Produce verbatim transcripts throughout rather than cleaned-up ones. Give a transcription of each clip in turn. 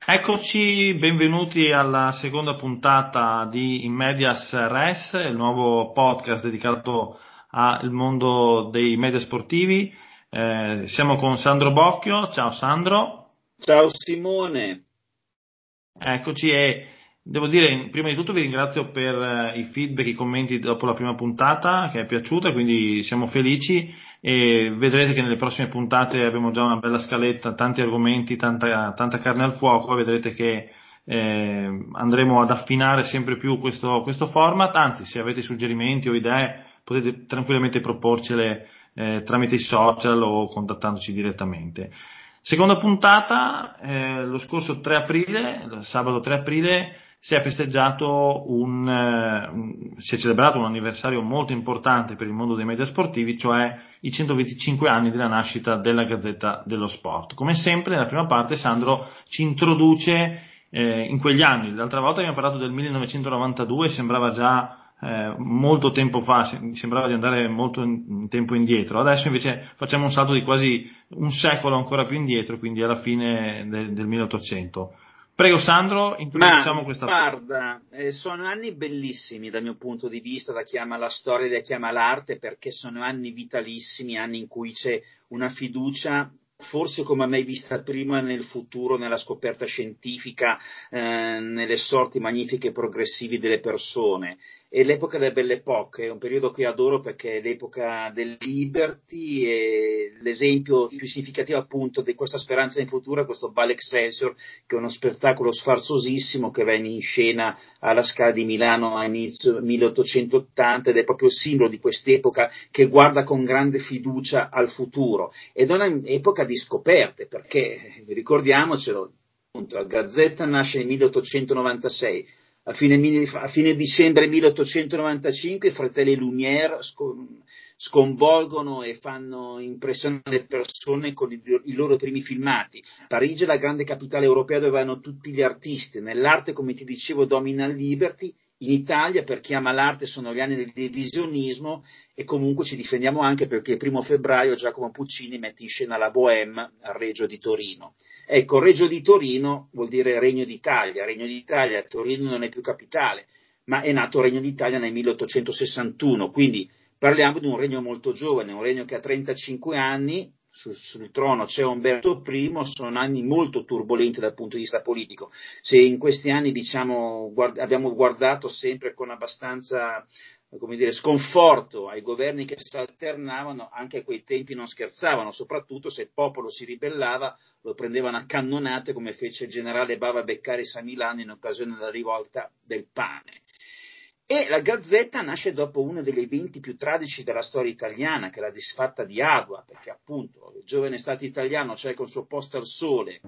Eccoci, benvenuti alla seconda puntata di In Medias Res, il nuovo podcast dedicato al mondo dei media sportivi. Eh, siamo con Sandro Bocchio. Ciao Sandro. Ciao Simone. Eccoci e devo dire, prima di tutto vi ringrazio per eh, i feedback, i commenti dopo la prima puntata che è piaciuta, quindi siamo felici e vedrete che nelle prossime puntate abbiamo già una bella scaletta, tanti argomenti, tanta, tanta carne al fuoco, e vedrete che eh, andremo ad affinare sempre più questo, questo format. Anzi, se avete suggerimenti o idee potete tranquillamente proporcele eh, tramite i social o contattandoci direttamente. Seconda puntata, eh, lo scorso tre aprile, sabato tre aprile, si è festeggiato un, eh, un- si è celebrato un anniversario molto importante per il mondo dei media sportivi, cioè i centoventicinque anni della nascita della Gazzetta dello Sport. Come sempre, nella prima parte Sandro ci introduce eh, in quegli anni. L'altra volta abbiamo parlato del millenovecentonovantadue, sembrava già eh, molto tempo fa, sem- sembrava di andare molto in, in tempo indietro. Adesso invece facciamo un salto di quasi un secolo ancora più indietro, quindi alla fine de- del milleottocento. Prego Sandro, Ma introduciamo questa. guarda, eh, sono anni bellissimi dal mio punto di vista, da chi ama la storia e da chi ama l'arte, perché sono anni vitalissimi, anni in cui c'è una fiducia, forse come mai vista prima nel futuro, nella scoperta scientifica, eh, nelle sorti magnifiche e progressive delle persone. E l'epoca delle belle epoche è un periodo che adoro perché è l'epoca del Liberty e l'esempio più significativo appunto di questa speranza in futuro è questo Bal Excelsior, che è uno spettacolo sfarzosissimo che venne in scena alla Scala di Milano a inizio milleottocentottanta ed è proprio il simbolo di quest'epoca che guarda con grande fiducia al futuro ed è un'epoca di scoperte perché, ricordiamocelo, appunto, la Gazzetta nasce nel milleottocentonovantasei. A fine, a fine dicembre milleottocentonovantacinque i fratelli Lumière scon- sconvolgono e fanno impressione alle persone con i, i loro primi filmati. Parigi è la grande capitale europea dove vanno tutti gli artisti. Nell'arte, come ti dicevo, domina il Liberty. In Italia, per chi ama l'arte, sono gli anni del divisionismo e comunque ci difendiamo anche perché il primo febbraio Giacomo Puccini mette in scena la Bohème al Regio di Torino. Ecco, Regio di Torino vuol dire Regno d'Italia. Regno d'Italia, Torino non è più capitale, ma è nato Regno d'Italia nel milleottocentosessantuno, quindi parliamo di un regno molto giovane, un regno che ha trentacinque anni, sul, sul trono c'è Umberto primo, sono anni molto turbolenti dal punto di vista politico. Se in questi anni diciamo, guard- abbiamo guardato sempre con abbastanza come dire, sconforto ai governi che si alternavano, anche a quei tempi non scherzavano, soprattutto se il popolo si ribellava lo prendevano a cannonate come fece il generale Bava Beccaris a Milano in occasione della rivolta del pane. E la Gazzetta nasce dopo uno degli eventi più tragici della storia italiana, che è la disfatta di Adua, perché appunto il giovane Stato italiano cerca un suo posto al sole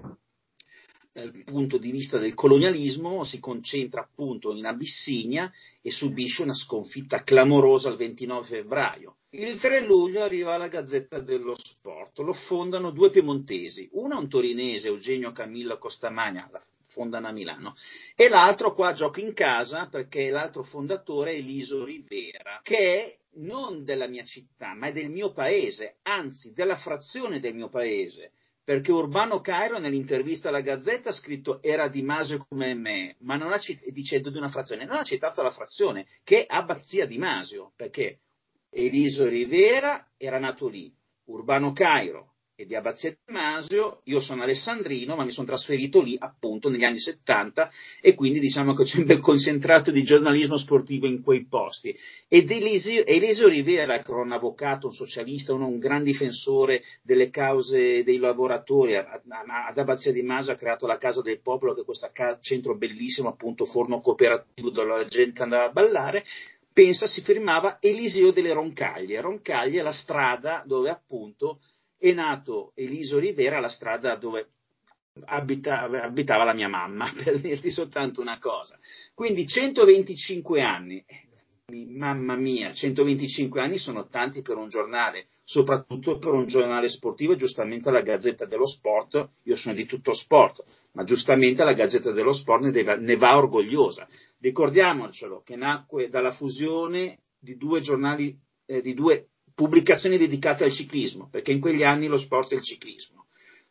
dal punto di vista del colonialismo, si concentra appunto in Abissinia e subisce una sconfitta clamorosa il ventinove febbraio. Il tre luglio arriva la Gazzetta dello Sport, lo fondano due piemontesi, uno un torinese, Eugenio Camillo Costamagna, la fondano a Milano, e l'altro qua gioca in casa perché l'altro fondatore è Eliso Rivera, che è non della mia città, ma è del mio paese, anzi della frazione del mio paese, perché Urbano Cairo nell'intervista alla Gazzetta ha scritto era Di Masio come me, ma non ha cit- dicendo di una frazione, non ha citato la frazione, che è Abbazia Di Masio, perché Eliso Rivera era nato lì, Urbano Cairo e di Abbazia Di Masio, io sono alessandrino, ma mi sono trasferito lì appunto negli anni settanta e quindi diciamo che c'è un bel concentrato di giornalismo sportivo in quei posti. Ed Elisio, Elisio Rivera, che era un avvocato, un socialista, uno, un gran difensore delle cause dei lavoratori, ad Abbazia di Masio ha creato la Casa del Popolo, che è questo centro bellissimo, appunto forno cooperativo dove la gente andava a ballare. Pensa, si firmava Eliseo delle Roncaglie. Roncaglie è la strada dove appunto è nato Eliso Rivera, la strada dove abita, abitava la mia mamma, per dirti soltanto una cosa. Quindi centoventicinque anni, mamma mia, centoventicinque anni sono tanti per un giornale, soprattutto per un giornale sportivo, giustamente la Gazzetta dello Sport, io sono di tutto sport, ma giustamente la Gazzetta dello Sport ne, deve, ne va orgogliosa. Ricordiamocelo che nacque dalla fusione di due giornali, eh, di due pubblicazioni dedicate al ciclismo, perché in quegli anni lo sport è il ciclismo.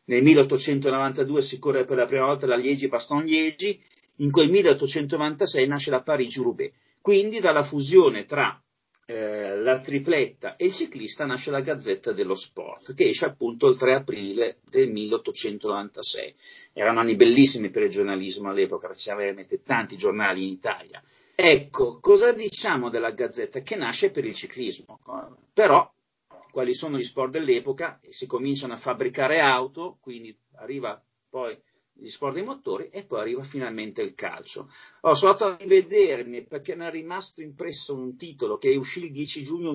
nel milleottocentonovantadue si corre per la prima volta la Liegi-Bastogne-Liegi, in quel milleottocentonovantasei nasce la Parigi-Roubaix. Quindi dalla fusione tra eh, la tripletta e il ciclista nasce la Gazzetta dello Sport, che esce appunto il tre aprile del milleottocentonovantasei. Erano anni bellissimi per il giornalismo all'epoca, c'erano veramente tanti giornali in Italia. Ecco, cosa diciamo della Gazzetta? Che nasce per il ciclismo, però quali sono gli sport dell'epoca? Si cominciano a fabbricare auto, quindi arriva poi gli sport dei motori e poi arriva finalmente il calcio. Ho sono andato a rivedermi perché mi è rimasto impresso un titolo che uscì il dieci giugno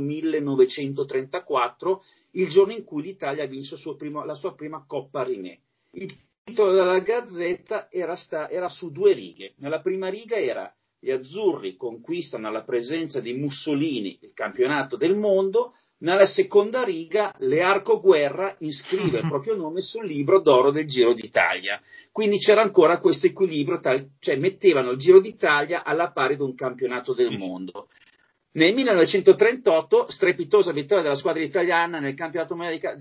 millenovecentotrentaquattro, il giorno in cui l'Italia vinse il suo primo, la sua prima Coppa Rimè. Il titolo della Gazzetta era, sta, era su due righe. Nella prima riga era: gli azzurri conquistano alla presenza di Mussolini il campionato del mondo. Nella seconda riga Learco Guerra iscrive il proprio nome sul libro d'oro del Giro d'Italia. Quindi c'era ancora questo equilibrio, cioè mettevano il Giro d'Italia alla pari di un campionato del mondo. Nel millenovecentotrentotto, strepitosa vittoria della squadra italiana nel campionato,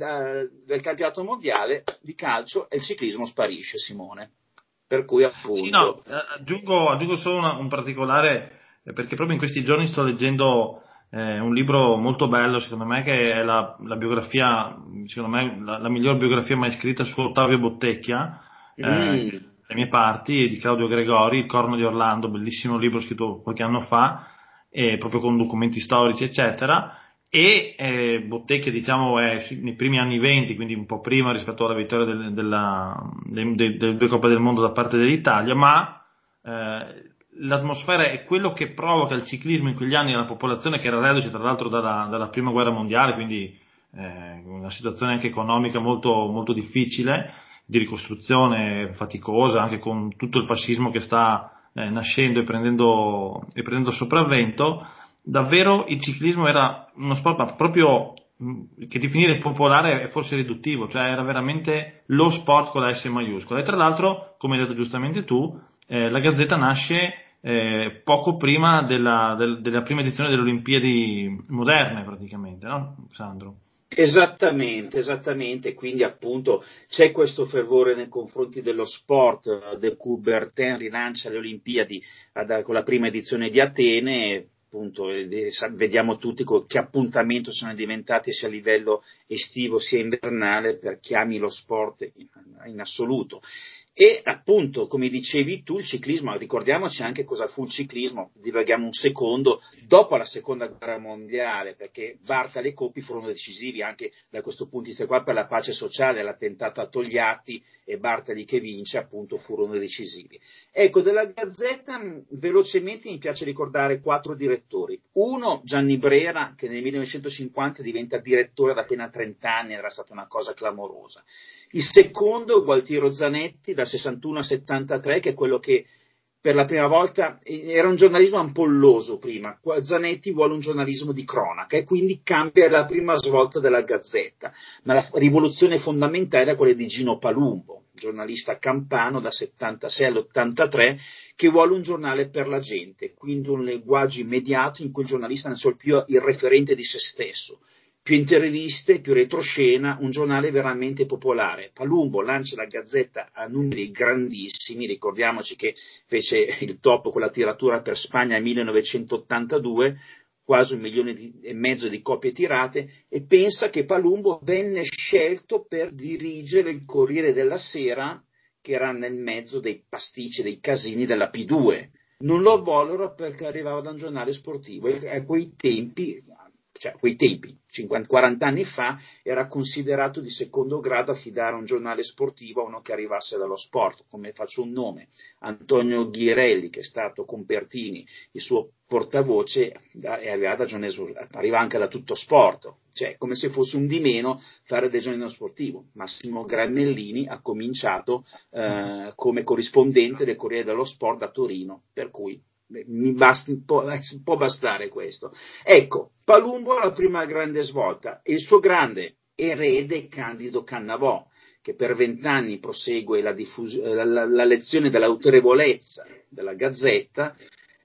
del campionato mondiale di calcio, e il ciclismo sparisce, Simone. Per cui appunto... Sì, no, aggiungo, aggiungo solo una, un particolare, perché proprio in questi giorni sto leggendo eh, un libro molto bello, secondo me, che è la, la biografia, secondo me, la, la miglior biografia mai scritta su Ottavio Bottecchia, eh, Mm. le mie parti, di Claudio Gregori, Il Corno di Orlando, bellissimo libro scritto qualche anno fa, e proprio con documenti storici, eccetera. E eh, Bottecchia, diciamo, è nei primi anni venti, quindi un po' prima rispetto alla vittoria del, della, delle, delle due Coppe del Mondo da parte dell'Italia, ma eh, l'atmosfera è quello che provoca il ciclismo in quegli anni nella popolazione, che era reduce tra l'altro dalla, dalla prima guerra mondiale, quindi eh, una situazione anche economica molto, molto difficile, di ricostruzione faticosa, anche con tutto il fascismo che sta eh, nascendo e prendendo, e prendendo sopravvento. Davvero il ciclismo era uno sport proprio che definire popolare è forse riduttivo, cioè era veramente lo sport con la S maiuscola. E tra l'altro, come hai detto giustamente tu, eh, la Gazzetta nasce eh, poco prima della, del, della prima edizione delle Olimpiadi moderne, praticamente, no, Sandro? Esattamente, esattamente, quindi appunto c'è questo fervore nei confronti dello sport. De Coubertin rilancia le Olimpiadi ad, con la prima edizione di Atene. Appunto, vediamo tutti che appuntamento sono diventati sia a livello estivo sia invernale per chi ami lo sport in, in assoluto. E appunto, come dicevi tu, il ciclismo, ricordiamoci anche cosa fu il ciclismo, divaghiamo un secondo, dopo la seconda guerra mondiale, perché Bartali e Coppi furono decisivi anche da questo punto di vista qua per la pace sociale, l'attentato a Togliatti e Bartali che vince appunto furono decisivi. Ecco, della Gazzetta velocemente mi piace ricordare quattro direttori. Uno, Gianni Brera, che nel millenovecentocinquanta diventa direttore da appena trenta anni, era stata una cosa clamorosa. Il secondo, Gualtiero Zanetti, dal sessantuno al settantatré, che è quello che per la prima volta era un giornalismo ampolloso prima. Zanetti vuole un giornalismo di cronaca e quindi cambia la prima svolta della Gazzetta. Ma la rivoluzione fondamentale è quella di Gino Palumbo, giornalista campano dal settantasei all'ottantatré, che vuole un giornale per la gente, quindi un linguaggio immediato in cui il giornalista non è più il referente di se stesso. Più interviste, più retroscena, un giornale veramente popolare. Palumbo lancia la Gazzetta a numeri grandissimi, ricordiamoci che fece il top con la tiratura per Spagna nel millenovecentottantadue, quasi un milione di, e mezzo di copie tirate, e pensa che Palumbo venne scelto per dirigere il Corriere della Sera, che era nel mezzo dei pasticci, dei casini della P due. Non lo vollero perché arrivava da un giornale sportivo e a quei tempi... cioè quei tempi, cinquanta quaranta anni fa, era considerato di secondo grado affidare un giornale sportivo a uno che arrivasse dallo sport. Come faccio un nome, Antonio Ghirelli, che è stato con Pertini il suo portavoce, e arriva da arriva anche da Tutto Sport, cioè come se fosse un di meno fare del giornalismo sportivo. Massimo Granellini ha cominciato eh, come corrispondente del Corriere dello Sport da Torino, per cui mi basti, può, può bastare questo. Ecco, Palumbo è la prima grande svolta, e il suo grande erede Candido Cannavò, che per vent'anni prosegue la, diffus- la, la, la lezione dell'autorevolezza della Gazzetta,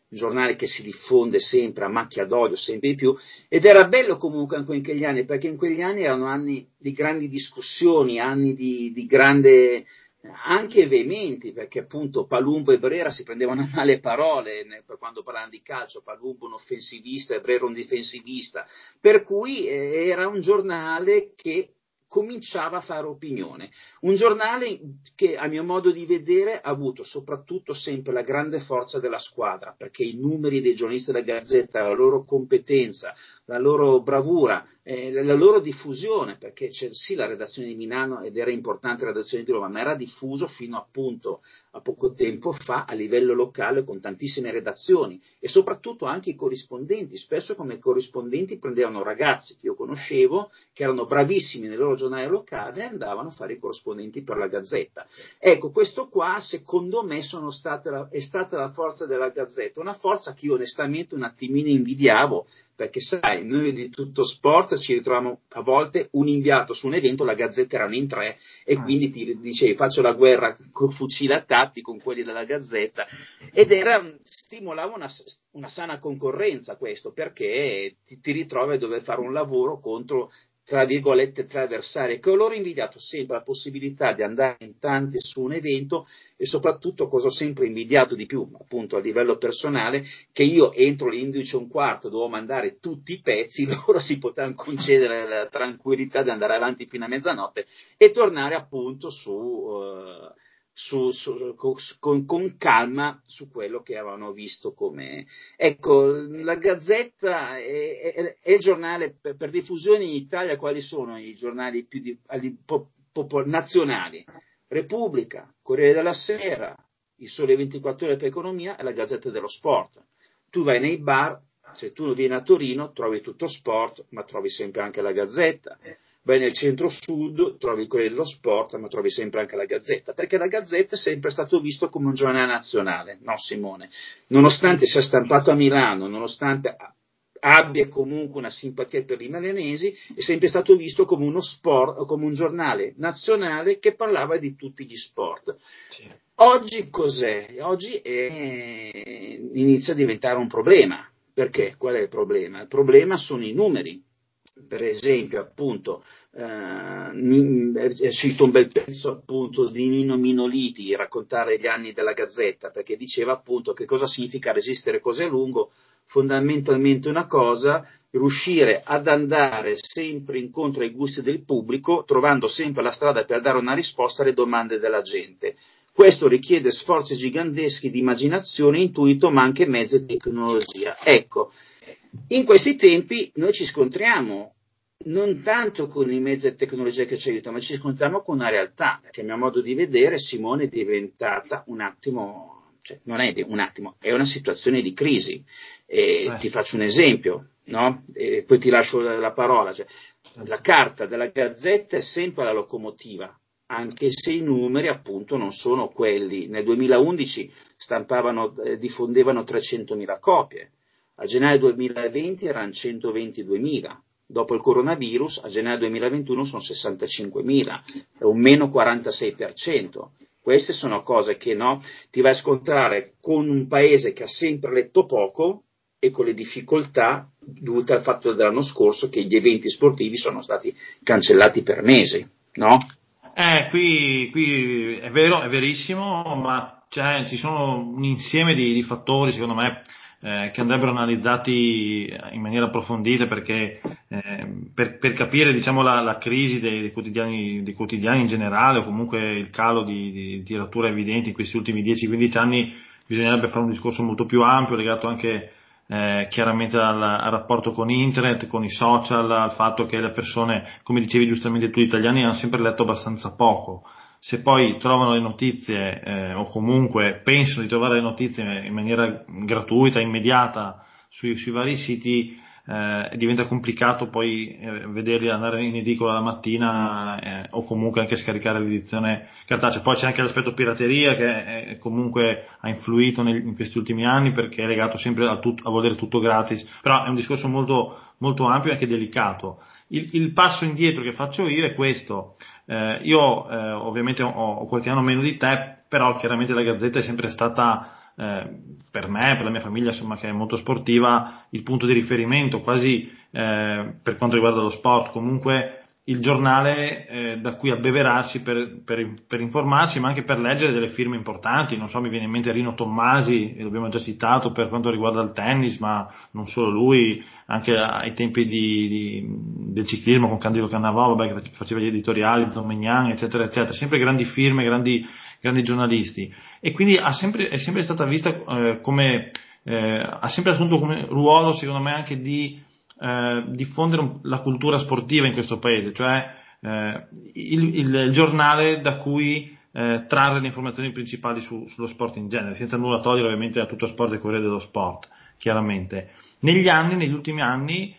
un giornale che si diffonde sempre a macchia d'olio, sempre di più, ed era bello comunque anche in quegli anni, perché in quegli anni erano anni di grandi discussioni, anni di, di grande, anche veementi, perché appunto Palumbo e Brera si prendevano a male parole per quando parlavano di calcio, Palumbo un offensivista e Brera un difensivista, per cui eh, era un giornale che cominciava a fare opinione, un giornale che a mio modo di vedere ha avuto soprattutto sempre la grande forza della squadra, perché i numeri dei giornalisti della Gazzetta, la loro competenza, la loro bravura, eh, la loro diffusione, perché c'è sì la redazione di Milano ed era importante la redazione di Roma, ma era diffuso fino appunto a poco tempo fa a livello locale con tantissime redazioni e soprattutto anche i corrispondenti, spesso come corrispondenti prendevano ragazzi che io conoscevo che erano bravissimi nel loro giornale locale e andavano a fare i corrispondenti per la Gazzetta. Ecco, questo qua secondo me sono state la, è stata la forza della Gazzetta, una forza che io onestamente un attimino invidiavo, perché sai, noi di Tutto Sport ci ritroviamo a volte un inviato su un evento, la Gazzetta erano in tre e quindi ti dicevi faccio la guerra col fucile a tappi con quelli della Gazzetta ed era, stimolava una, una sana concorrenza questo, perché ti, ti ritrovi a dover fare un lavoro contro tra virgolette tre avversari, che ho loro invidiato sempre la possibilità di andare in tanti su un evento e soprattutto cosa ho sempre invidiato di più, appunto a livello personale, che io entro le undici e un quarto dovevo mandare tutti i pezzi, loro si potevano concedere la tranquillità di andare avanti fino a mezzanotte e tornare appunto su... Uh, Su, su, con, con calma su quello che avevano visto come... Ecco, la Gazzetta è, è, è il giornale, per, per diffusione in Italia quali sono i giornali più di, po, po, nazionali? Repubblica, Corriere della Sera, Il Sole ventiquattro Ore per Economia e la Gazzetta dello Sport. Tu vai nei bar, se tu vieni a Torino trovi Tutto Sport, ma trovi sempre anche la Gazzetta. Vai nel centro-sud, trovi il Corriere dello Sport, ma trovi sempre anche la Gazzetta, perché la Gazzetta è sempre stato visto come un giornale nazionale, no Simone? Nonostante sia stampato a Milano, nonostante abbia comunque una simpatia per i milanesi, è sempre stato visto come uno sport, come un giornale nazionale che parlava di tutti gli sport. Sì. Oggi cos'è? Oggi è... inizia a diventare un problema. Perché? Qual è il problema? Il problema sono i numeri. Per esempio, appunto, eh, cito un bel pezzo appunto di Nino Minoliti, raccontare gli anni della Gazzetta, perché diceva appunto che cosa significa resistere così a lungo, fondamentalmente una cosa, riuscire ad andare sempre incontro ai gusti del pubblico, trovando sempre la strada per dare una risposta alle domande della gente. Questo richiede sforzi giganteschi di immaginazione, intuito, ma anche mezzi di tecnologia. Ecco, in questi tempi noi ci scontriamo non tanto con i mezzi e tecnologie che ci aiutano, ma ci scontriamo con una realtà che a mio modo di vedere, Simone, è diventata un attimo, cioè non è un attimo, è una situazione di crisi. E eh. Ti faccio un esempio, no? E poi ti lascio la, la parola. Cioè, la carta della Gazzetta è sempre la locomotiva, anche se i numeri appunto non sono quelli. Nel duemilaundici stampavano, eh, diffondevano trecentomila copie. A gennaio duemilaventi erano centoventiduemila, dopo il coronavirus a gennaio duemilaventuno sono sessantacinquemila, è un meno quarantasei per cento. Queste sono cose che no, ti vai a scontrare con un paese che ha sempre letto poco e con le difficoltà dovute al fatto dell'anno scorso che gli eventi sportivi sono stati cancellati per mesi, no? Eh, qui, qui è vero, è verissimo, ma c'è, ci sono un insieme di, di fattori, secondo me, eh, che andrebbero analizzati in maniera approfondita perché eh, per, per capire diciamo la, la crisi dei, dei quotidiani dei quotidiani in generale o comunque il calo di, di tiratura evidente in questi ultimi dieci quindici anni bisognerebbe fare un discorso molto più ampio legato anche eh, chiaramente al, al rapporto con internet, con i social, al fatto che le persone, come dicevi giustamente tu, gli italiani hanno sempre letto abbastanza poco. Se poi trovano le notizie eh, o comunque pensano di trovare le notizie in maniera gratuita, immediata sui, sui vari siti, eh, diventa complicato poi eh, vederli andare in edicola la mattina eh, o comunque anche scaricare l'edizione cartacea. Poi c'è anche l'aspetto pirateria che è, comunque ha influito nel, in questi ultimi anni perché è legato sempre a, tut, a volere tutto gratis, però è un discorso molto, molto ampio e anche delicato. Il, il passo indietro che faccio io è questo. Eh, io eh, ovviamente ho, ho qualche anno meno di te, però chiaramente la Gazzetta è sempre stata eh, per me, per la mia famiglia, insomma, che è molto sportiva, il punto di riferimento quasi eh, per quanto riguarda lo sport, comunque il giornale eh, da cui abbeverarsi per, per, per informarsi, ma anche per leggere delle firme importanti. Non so, mi viene in mente Rino Tommasi, e l'abbiamo già citato per quanto riguarda il tennis, ma non solo lui, anche ai tempi di, di, del ciclismo con Candido Cannavò, vabbè, che faceva gli editoriali, Zommegnan, eccetera, eccetera. Sempre grandi firme, grandi, grandi giornalisti. E quindi ha sempre, è sempre stata vista eh, come, eh, ha sempre assunto come ruolo, secondo me, anche di Eh, diffondere la cultura sportiva in questo paese, cioè eh, il, il, il giornale da cui eh, trarre le informazioni principali su, sullo sport in genere, senza nulla togliere ovviamente a tutto sport e Corriere dello Sport, chiaramente. Negli anni, negli ultimi anni,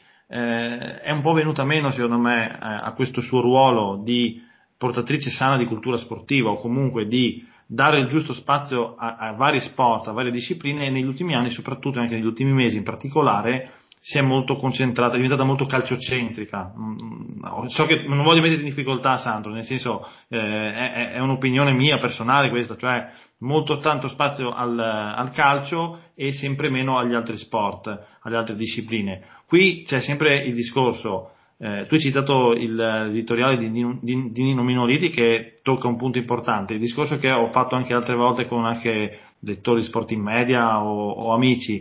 eh, è un po' venuta meno, secondo me, eh, a questo suo ruolo di portatrice sana di cultura sportiva, o comunque di dare il giusto spazio a, a vari sport, a varie discipline, e negli ultimi anni, soprattutto anche negli ultimi mesi in particolare, si è molto concentrata, è diventata molto calciocentrica. So che non voglio mettere in difficoltà Sandro, nel senso eh, è, è un'opinione mia personale questa, cioè molto tanto spazio al, al calcio e sempre meno agli altri sport, alle altre discipline. Qui c'è sempre il discorso, eh, tu hai citato il, l'editoriale di, di, di Nino Minoliti che tocca un punto importante, il discorso che ho fatto anche altre volte con anche lettori sport in media o, o amici,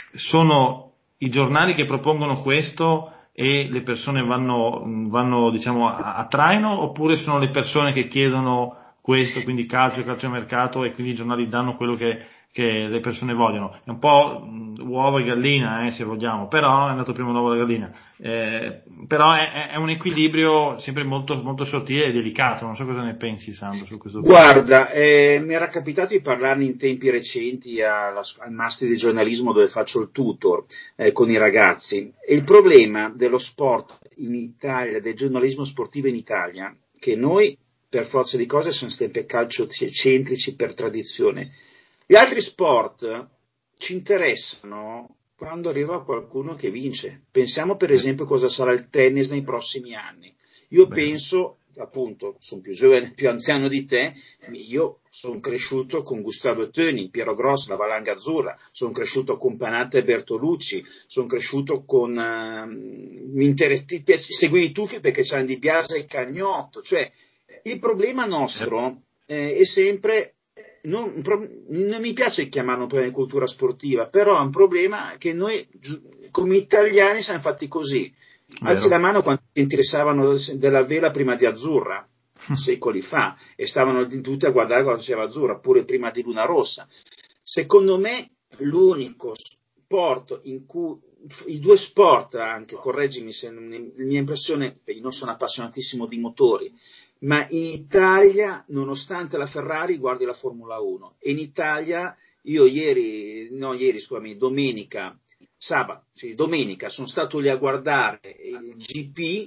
sono i giornali che propongono questo e le persone vanno, vanno diciamo a, a traino, oppure sono le persone che chiedono questo, quindi calcio e calciomercato, e quindi i giornali danno quello che, che le persone vogliono? È un po' mh, uovo e gallina, eh, se vogliamo, però è andato prima l'uovo e la gallina, eh, però è, è un equilibrio sempre molto, molto sottile e delicato. Non so cosa ne pensi, Sandro, su questo punto. Guarda, eh, mi era capitato di parlarne in tempi recenti alla- al Master di giornalismo dove faccio il tutor eh, con i ragazzi. E il problema dello sport in Italia, del giornalismo sportivo in Italia, che noi per forza di cose sono sempre calciocentrici per tradizione. Gli altri sport ci interessano quando arriva qualcuno che vince. Pensiamo per esempio cosa sarà il tennis nei prossimi anni. Io Beh, penso, appunto, sono più giovane, più anziano di te, io sono cresciuto con Gustavo Töni, Piero Gross, la Valanga Azzurra, sono cresciuto con Panatta e Bertolucci, sono cresciuto con, uh, mi inter- seguivo i Tuffi perché c'erano Di Biase e Cagnotto, cioè il problema nostro eh, è sempre, non, non mi piace chiamarlo un problema di cultura sportiva, però è un problema che noi come italiani siamo fatti così. Alzi la vero. mano quando si interessavano della vela prima di Azzurra, secoli fa, e stavano tutti a guardare quando c'era Azzurra, pure prima di Luna Rossa. Secondo me l'unico sport in cui, i due sport anche, correggimi se la mia impressione, io non sono appassionatissimo di motori, ma in Italia, nonostante la Ferrari, guardi la Formula uno, e in Italia, io ieri, no ieri, scusami, domenica, sabato, sì, domenica sono stato lì a guardare il G P,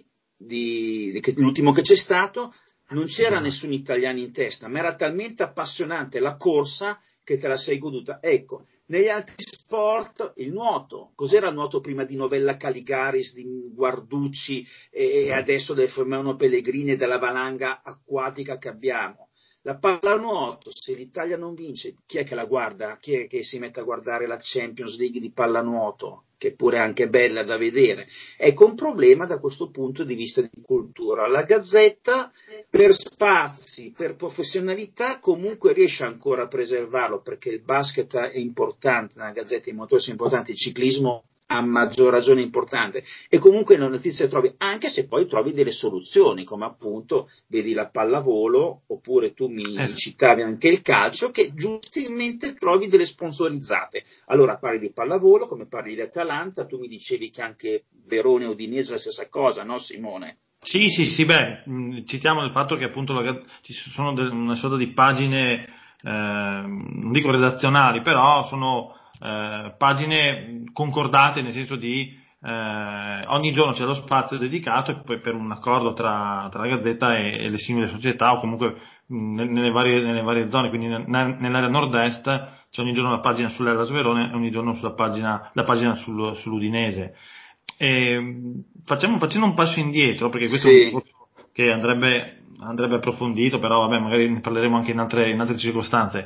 di, di, l'ultimo che c'è stato, non c'era nessun italiano in testa, ma era talmente appassionante la corsa che te la sei goduta. Ecco, negli altri sport, il nuoto, cos'era il nuoto prima di Novella Caligaris, di Guarducci e adesso del Fermano Pellegrini e della valanga acquatica che abbiamo? La pallanuoto, se l'Italia non vince, chi è che la guarda? Chi è che si mette a guardare la Champions League di pallanuoto, che pure è anche bella da vedere? Ecco un problema da questo punto di vista di cultura. La Gazzetta, per spazi, per professionalità, comunque riesce ancora a preservarlo, perché il basket è importante, nella Gazzetta i motori sono importanti, il ciclismo a maggior ragione importante, e comunque le notizie trovi, anche se poi trovi delle soluzioni, come appunto vedi la pallavolo, oppure tu mi, Eh, mi citavi anche il calcio, che giustamente trovi delle sponsorizzate. Allora parli di pallavolo, come parli di Atalanta, tu mi dicevi che anche Verone e Udinese è la stessa cosa, no Simone? Sì, sì, sì, beh, mh, citiamo il fatto che appunto la- ci sono de- una sorta di pagine, eh, non dico redazionali, però sono eh, pagine concordate, nel senso di eh, ogni giorno c'è lo spazio dedicato, e poi per un accordo tra, tra la Gazzetta e, e le singole società, o comunque mh, ne- nelle varie, nelle varie zone, quindi nel- nell'area nord-est c'è ogni giorno la pagina sull'Hellas Verona e ogni giorno sulla pagina, la pagina sul- sull'Udinese. E facciamo, facendo un passo indietro, perché questo è un Sì. discorso che andrebbe, andrebbe approfondito, però vabbè, magari ne parleremo anche in altre, in altre circostanze.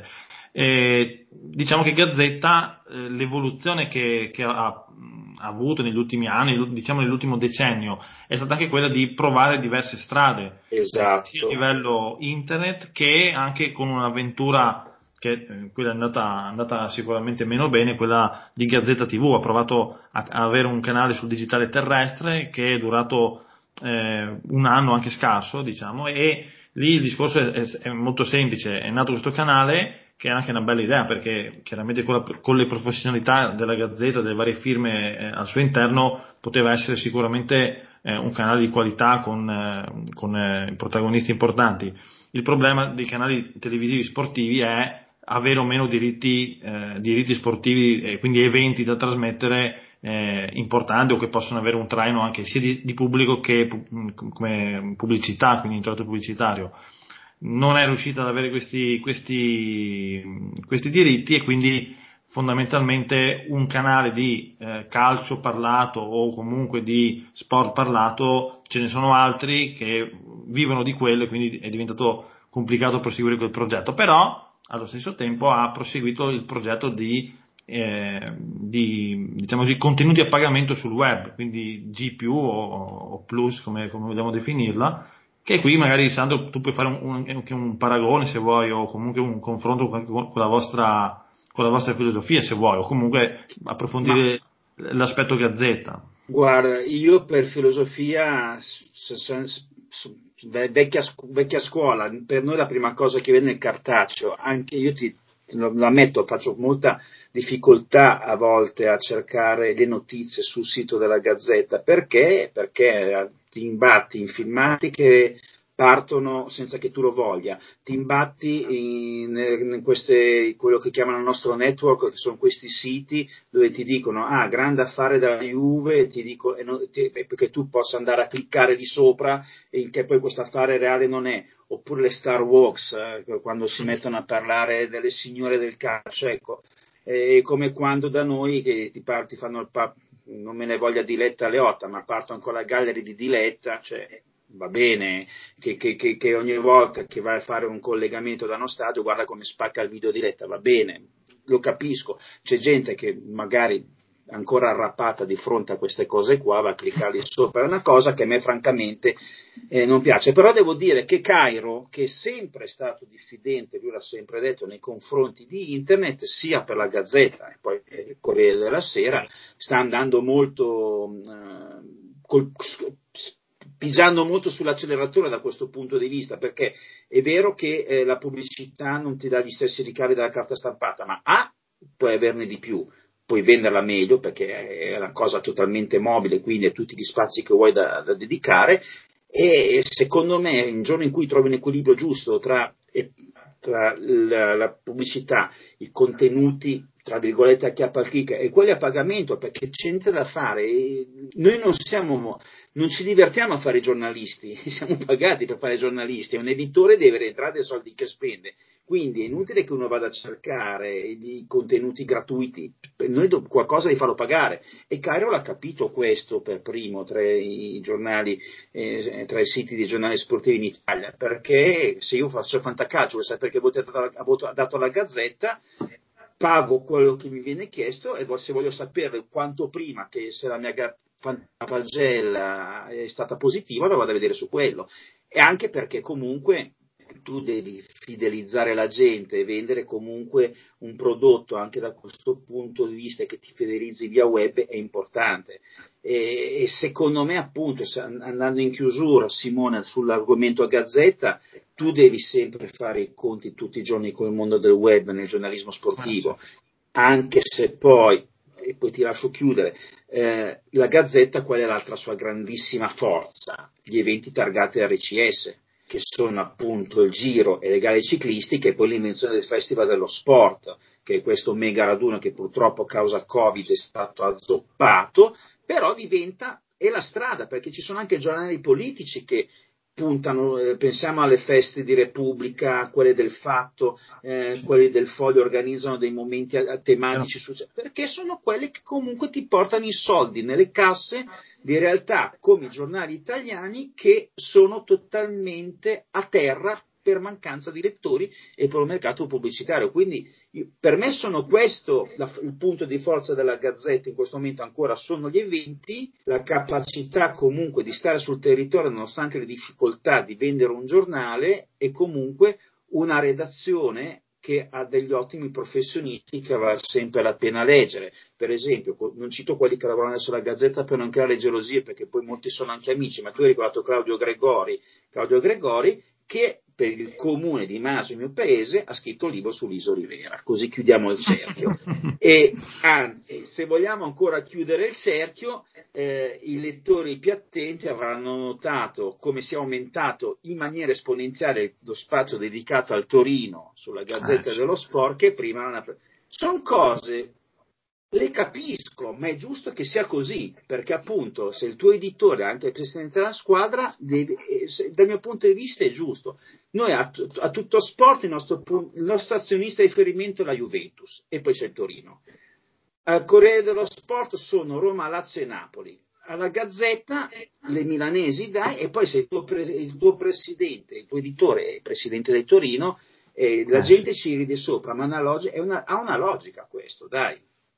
Eh, diciamo che Gazzetta, eh, l'evoluzione che, che ha, ha avuto negli ultimi anni, diciamo nell'ultimo decennio, è stata anche quella di provare diverse strade, eh, sia a Esatto. livello internet che anche con un'avventura che eh, quella è andata, andata sicuramente meno bene, quella di Gazzetta T V. Ha provato a, a avere un canale sul digitale terrestre che è durato eh, un anno anche scarso, diciamo, e lì il discorso è, è, è molto semplice. È nato questo canale che è anche una bella idea, perché chiaramente con, la, con le professionalità della Gazzetta, delle varie firme eh, al suo interno, poteva essere sicuramente eh, un canale di qualità con, eh, con eh, protagonisti importanti. Il problema dei canali televisivi sportivi è avere o meno diritti, eh, diritti sportivi, e quindi eventi da trasmettere eh, importanti o che possono avere un traino anche sia di, di pubblico che pu- come pubblicità, quindi introito pubblicitario. Non è riuscita ad avere questi, questi, questi diritti, e quindi fondamentalmente un canale di eh, calcio parlato o comunque di sport parlato, ce ne sono altri che vivono di quello, e quindi è diventato complicato proseguire quel progetto. Però allo stesso tempo ha proseguito il progetto di, eh, di diciamo così, contenuti a pagamento sul web, quindi G più o, o Plus, come, come vogliamo definirla, che qui magari, Sandro, tu puoi fare un, un, un paragone se vuoi, o comunque un confronto con, con la vostra, con la vostra filosofia se vuoi, o comunque Ma approfondire l'aspetto Gazzetta. guarda, io per filosofia, s- s- s- ve- vecchia, scu- vecchia scuola, per noi la prima cosa che viene è il cartaceo. Anche io ti, lo, lo ammetto, faccio molta difficoltà a volte a cercare le notizie sul sito della Gazzetta. Perché? Perché eh, ti imbatti in filmati che partono senza che tu lo voglia, ti imbatti in, in queste, quello che chiamano il nostro network, che sono questi siti dove ti dicono ah, grande affare della Juve, e ti dico, e non, ti, perché tu possa andare a cliccare di sopra e che poi questo affare reale non è. Oppure le Star Wars, eh, quando si mettono a parlare delle signore del calcio, ecco, è come quando da noi che ti, par- ti fanno il pa- non me ne voglia Diletta Leotta, ma partono con la gallery di Diletta, cioè va bene che, che, che, che ogni volta che vai a fare un collegamento da uno stadio guarda come spacca il video diretta, va bene, lo capisco, c'è gente che magari ancora arrappata di fronte a queste cose qua va a cliccarli sopra, è una cosa che a me francamente eh, non piace, però devo dire che Cairo, che è sempre stato diffidente, lui l'ha sempre detto, nei confronti di internet, sia per la Gazzetta e poi il Corriere della Sera, sta andando molto eh, col, pigiando molto sull'acceleratore da questo punto di vista, perché è vero che eh, la pubblicità non ti dà gli stessi ricavi della carta stampata, ma A, puoi averne di più, puoi venderla meglio perché è una cosa totalmente mobile, quindi hai tutti gli spazi che vuoi da, da dedicare, e secondo me un giorno in cui trovi un equilibrio giusto tra, tra la, la pubblicità, i contenuti tra virgolette a chiappa chicca e quelli a pagamento, perché c'è niente da fare, e noi non siamo non ci divertiamo a fare i giornalisti, siamo pagati per fare i giornalisti, un editore deve rientrare dei soldi che spende, quindi è inutile che uno vada a cercare i contenuti gratuiti, noi do, qualcosa di farlo pagare, e Cairo l'ha capito questo per primo tra i giornali, eh, tra i siti di giornali sportivi in Italia, perché se io faccio fantacalcio, vuoi sapere che voto ha dato alla Gazzetta, pago quello che mi viene chiesto, e se voglio sapere quanto prima che se la mia pagella è stata positiva la vado a vedere su quello, e anche perché comunque tu devi fidelizzare la gente e vendere comunque un prodotto anche da questo punto di vista, che ti fidelizzi via web è importante, e, e secondo me appunto andando in chiusura Simone sull'argomento a Gazzetta, tu devi sempre fare i conti tutti i giorni con il mondo del web nel giornalismo sportivo, anche se poi, e poi ti lascio chiudere, eh, la Gazzetta qual è l'altra sua grandissima forza? Gli eventi targati R C S, che sono appunto il Giro e le gare ciclistiche, e poi l'invenzione del Festival dello Sport, che è questo mega raduno che purtroppo a causa Covid è stato azzoppato, però diventa, è la strada, perché ci sono anche giornali politici che puntano, eh, pensiamo alle feste di Repubblica, quelle del Fatto, eh, quelli del Foglio organizzano dei momenti a, a tematici, su, perché sono quelli che comunque ti portano i soldi nelle casse di realtà come i giornali italiani che sono totalmente a terra per mancanza di lettori e per un mercato pubblicitario. Quindi io, per me sono questo la, il punto di forza della Gazzetta in questo momento ancora sono gli eventi, la capacità comunque di stare sul territorio nonostante le difficoltà di vendere un giornale e comunque una redazione che ha degli ottimi professionisti che vale sempre la pena leggere. Per esempio, non cito quelli che lavorano adesso alla Gazzetta per non creare gelosie, perché poi molti sono anche amici, ma tu hai ricordato Claudio Gregori, Claudio Gregori che per il comune di Maso, il mio paese, ha scritto un libro sull'Iso Rivera, così chiudiamo il cerchio. E anzi, se vogliamo ancora chiudere il cerchio, eh, i lettori più attenti avranno notato come sia aumentato in maniera esponenziale lo spazio dedicato al Torino sulla Gazzetta Eh, sì. dello Sport, che prima non ha... Sono cose, le capisco, ma è giusto che sia così, perché appunto se il tuo editore è anche il presidente della squadra, deve, dal mio punto di vista è giusto. Noi a, a tutto sport il nostro, il nostro azionista di riferimento è la Juventus e poi c'è il Torino. Al Corriere dello Sport sono Roma, Lazio e Napoli. Alla Gazzetta le milanesi dai, e poi se il tuo, pre, il tuo presidente, il tuo editore è il presidente del Torino, eh, la Eh, gente sì. ci ride sopra, ma una log- è una, ha una logica questo, dai.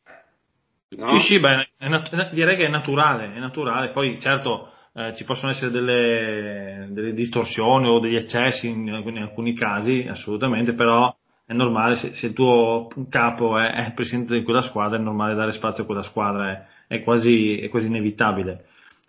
Sì, No? sì, beh, è nat- direi che è naturale, è naturale. Poi certo eh, ci possono essere delle, delle distorsioni o degli eccessi in, in alcuni casi, assolutamente, però è normale, se, se il tuo capo è, è il presidente di quella squadra, è normale dare spazio a quella squadra, è, è quasi, è quasi inevitabile.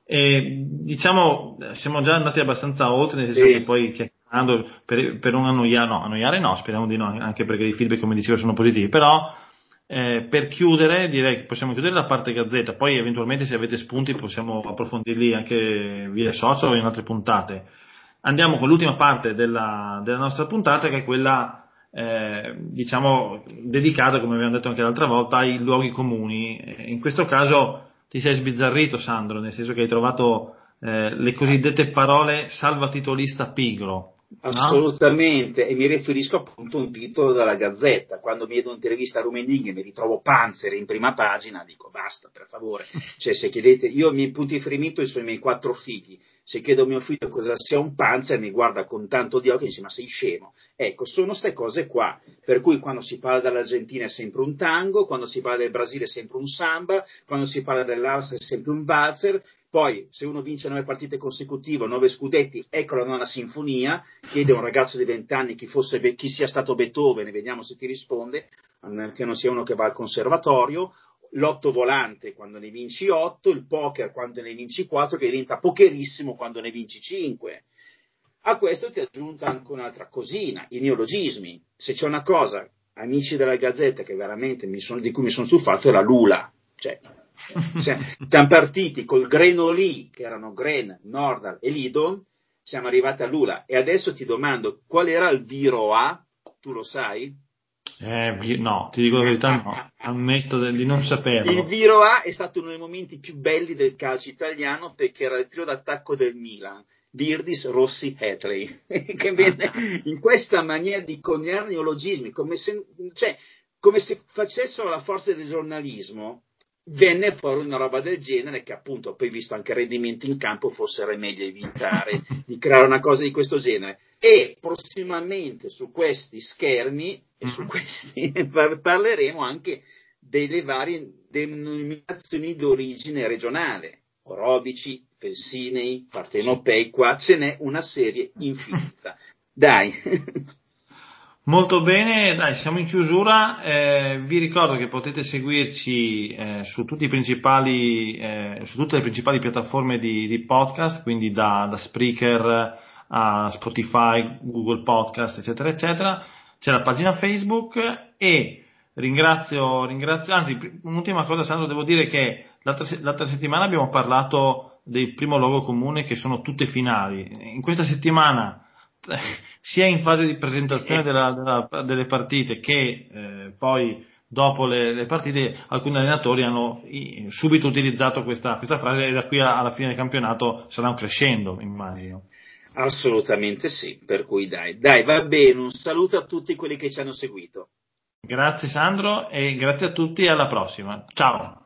E diciamo, siamo già andati abbastanza oltre, nel senso che Sì. poi chiacchierando per, per non annoiare, no, annoiare no, speriamo di no, anche perché i feedback, come dicevo, sono positivi, però eh, per chiudere direi che possiamo chiudere la parte Gazzetta, poi eventualmente se avete spunti possiamo approfondirli anche via social o in altre puntate. Andiamo con l'ultima parte della, della nostra puntata, che è quella eh, diciamo dedicata, come abbiamo detto anche l'altra volta, ai luoghi comuni. In questo caso ti sei sbizzarrito, Sandro, nel senso che hai trovato eh, le cosiddette parole salvatitolista pigro, no? Assolutamente, e mi riferisco appunto a un titolo della Gazzetta. Quando mi vedo un'intervista a Rummenigge e mi ritrovo Panzer in prima pagina, dico basta, per favore. Cioè, se chiedete, io i miei punti di riferimento sono i miei quattro figli. Se chiedo a mio figlio cosa sia un Panzer, mi guarda con tanto di occhi e dice: ma sei scemo? Ecco, sono queste cose qua. Per cui quando si parla dell'Argentina è sempre un tango, quando si parla del Brasile è sempre un samba, quando si parla dell'Austria è sempre un valzer. Poi, se uno vince nove partite consecutive, nove scudetti, ecco la nona sinfonia. Chiede a un ragazzo di venti anni chi, fosse, chi sia stato Beethoven e vediamo se ti risponde, che non sia uno che va al conservatorio. L'otto volante quando ne vinci otto, il poker quando ne vinci quattro, che diventa pokerissimo quando ne vinci cinque. A questo ti aggiungo anche un'altra cosina, i neologismi. Se c'è una cosa, amici della Gazzetta, che veramente mi sono, di cui mi sono stufato, era l'Ula. Cioè, siamo partiti col Grenoli, che erano Gren, Nordal e Lidl, siamo arrivati all'Ula. E adesso ti domando, qual era il Viro A? Tu lo sai? Eh, vi- no, ti dico la verità, no, ammetto de- di non Il saperlo. Viro A è stato uno dei momenti più belli del calcio italiano perché era il trio d'attacco del Milan. Virdis, Rossi, Hatley, che venne in questa maniera di coniare neologismi, come se, cioè, come se facessero la forza del giornalismo, venne fuori una roba del genere che appunto poi visto anche il rendimento in campo fosse meglio evitare di creare una cosa di questo genere. E prossimamente su questi schermi e su Mm. questi parleremo anche delle varie denominazioni d'origine regionale, orobici, felsinei, partenopei, qua ce n'è una serie infinita. Dai. Molto bene, dai, siamo in chiusura. Eh, vi ricordo che potete seguirci eh, su tutti i principali, eh, su tutte le principali piattaforme di, di podcast, quindi da, da Spreaker a Spotify, Google Podcast, eccetera, eccetera. C'è la pagina Facebook e ringrazio, ringrazio, anzi, un'ultima cosa, Sandro, devo dire che l'altra, l'altra settimana abbiamo parlato del primo luogo comune, che sono tutte finali. In questa settimana sia in fase di presentazione della, della, delle partite che eh, poi dopo le, le partite alcuni allenatori hanno i, subito utilizzato questa, questa frase, e da qui a, alla fine del campionato sarà un crescendo, immagino. Assolutamente sì, per cui dai, dai, va bene, un saluto a tutti quelli che ci hanno seguito. Grazie Sandro e grazie a tutti e alla prossima. Ciao.